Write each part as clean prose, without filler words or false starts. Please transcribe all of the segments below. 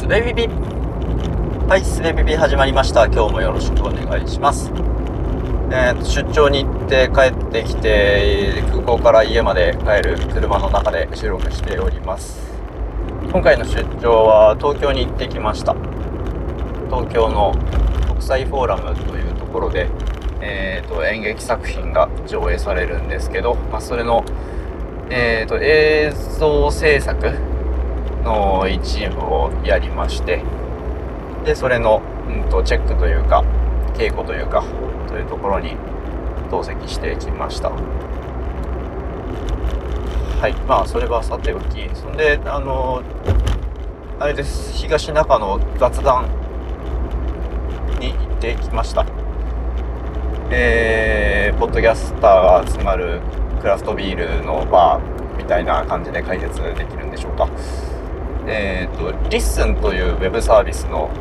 ベビビはい、スベビビ始まりました。今日もよろしくお願いします。出張に行って帰ってきて、空港から家まで帰る車の中で収録しております。今回の出張は東京に行ってきました。東京の国際フォーラムというところで、演劇作品が上映されるんですけど、それの、映像制作の一部をやりまして、でそれの、チェックというか稽古というかというところに同席してきました。はい、それはさておき、そんであれです、東中野雑談に行ってきました。ポッドキャスターが集まるクラフトビールのバーみたいな感じで解説できるんでしょうか。リッスンというウェブサービスの、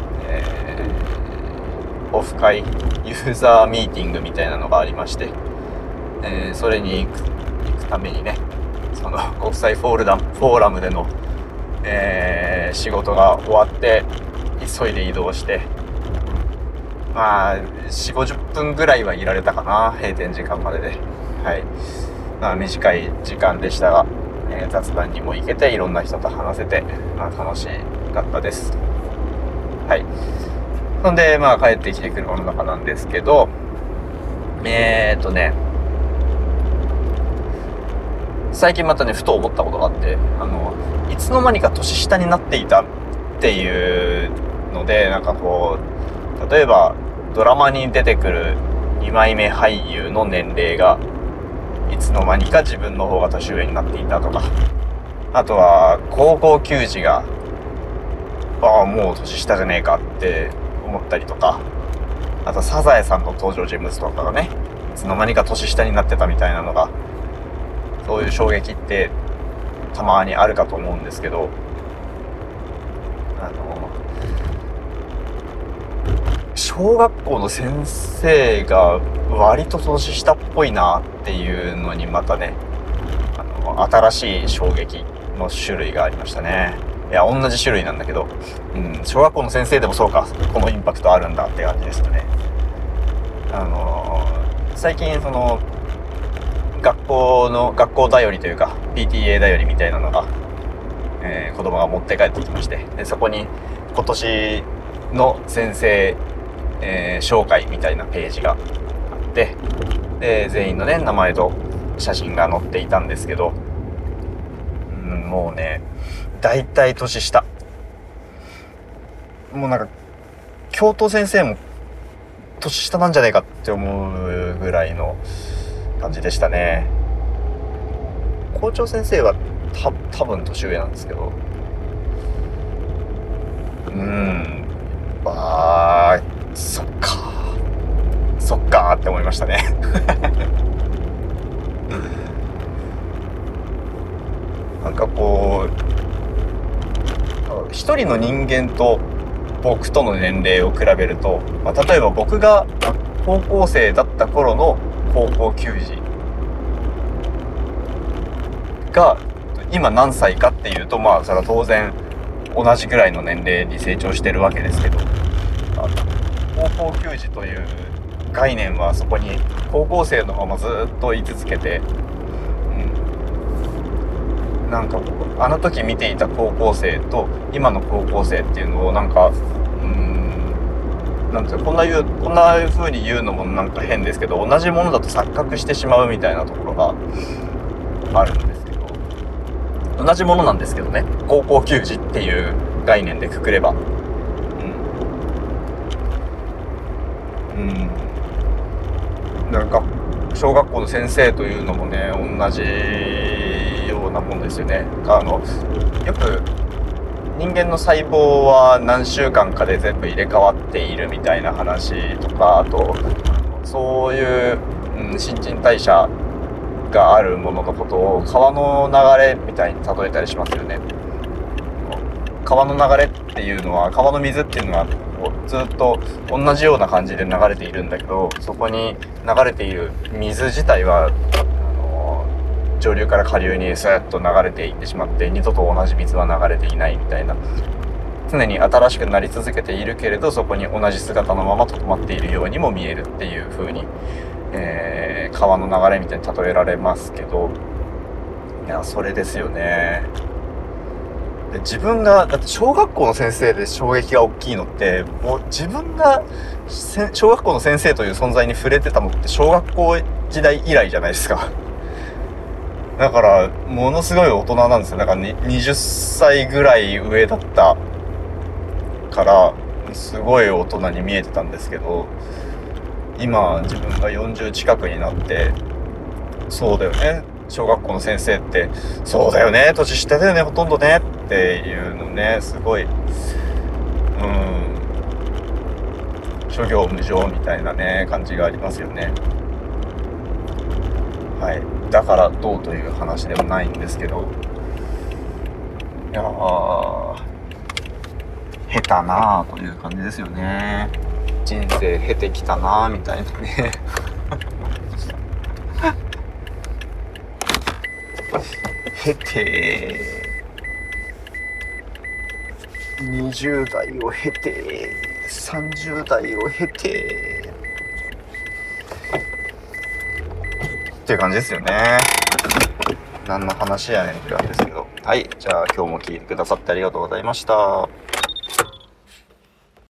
オフ会ユーザーミーティングみたいなのがありまして、それに行くためにね、その国際フォーラムでの、仕事が終わって急いで移動して、4、50分ぐらいはいられたかな、閉店時間までで。はい、短い時間でしたが、雑談にも行けていろんな人と話せて、楽しかったです。はい。そんで帰ってきて車の中なんですけど、最近またねふと思ったことがあって、いつの間にか年下になっていたっていうので、例えばドラマに出てくる2枚目俳優の年齢がいつの間にか自分の方が年上になっていたとか、あとは高校球児がもう年下じゃねえかって思ったりとか、あとサザエさんの登場人物とかがね、いつの間にか年下になってたみたいなのが、そういう衝撃ってたまにあるかと思うんですけど、小学校の先生が割と年下っぽいなっていうのにまたね、新しい衝撃の種類がありましたね。いや、同じ種類なんだけど、小学校の先生でもそうか、このインパクトあるんだって感じでしたね。最近その学校だよりというか PTA だよりみたいなのが、子供が持って帰ってきまして、でそこに今年の先生、紹介みたいなページがあって、で全員のね名前と写真が載っていたんですけど、もうね大体年下、もう教頭先生も年下なんじゃないかって思うぐらいの感じでしたね。校長先生は多分年上なんですけど、そっかって思いましたね。一人の人間と僕との年齢を比べると、例えば僕が高校生だった頃の高校球児が今何歳かっていうと、それは当然同じぐらいの年齢に成長してるわけですけど、高校球児という概念はそこに高校生のままずっと居続けて、あの時見ていた高校生と今の高校生っていうのをこんな風に言うのも変ですけど、同じものだと錯覚してしまうみたいなところがあるんですけど、同じものなんですけどね、高校球児っていう概念でくくれば、小学校の先生というのもね同じようなもんですよね。よく人間の細胞は何週間かで全部入れ替わっているみたいな話とか、あとそういう、新陳代謝があるもののことを川の流れみたいに例えたりしますよね。川の流れっていうのは、川の水っていうのはずっと同じような感じで流れているんだけど、そこに流れている水自体は上流から下流にスーッと流れていってしまって、二度と同じ水は流れていないみたいな常に新しくなり続けているけれど、そこに同じ姿のままとどまっているようにも見えるっていう風に、川の流れみたいに例えられますけど、いや、それですよね。で、自分が、だって小学校の先生で衝撃が大きいのって、もう自分が小学校の先生という存在に触れてたのって小学校時代以来じゃないですか。だから、ものすごい大人なんですよ。だから、20歳ぐらい上だったから、すごい大人に見えてたんですけど、今、自分が40近くになって、そうだよね。小学校の先生って、そうだよね。年下だよね。ほとんどね。っていうのね、すごい、諸行無常みたいなね、感じがありますよね。はい。だからどうという話でもないんですけど、いやー、下手なーという感じですよね。人生経てきたなーみたいなね。経て20代を経て30代を経てっていう感じですよね。何の話やねんって感じですけど。はい。じゃあ今日も聞いてくださってありがとうございました。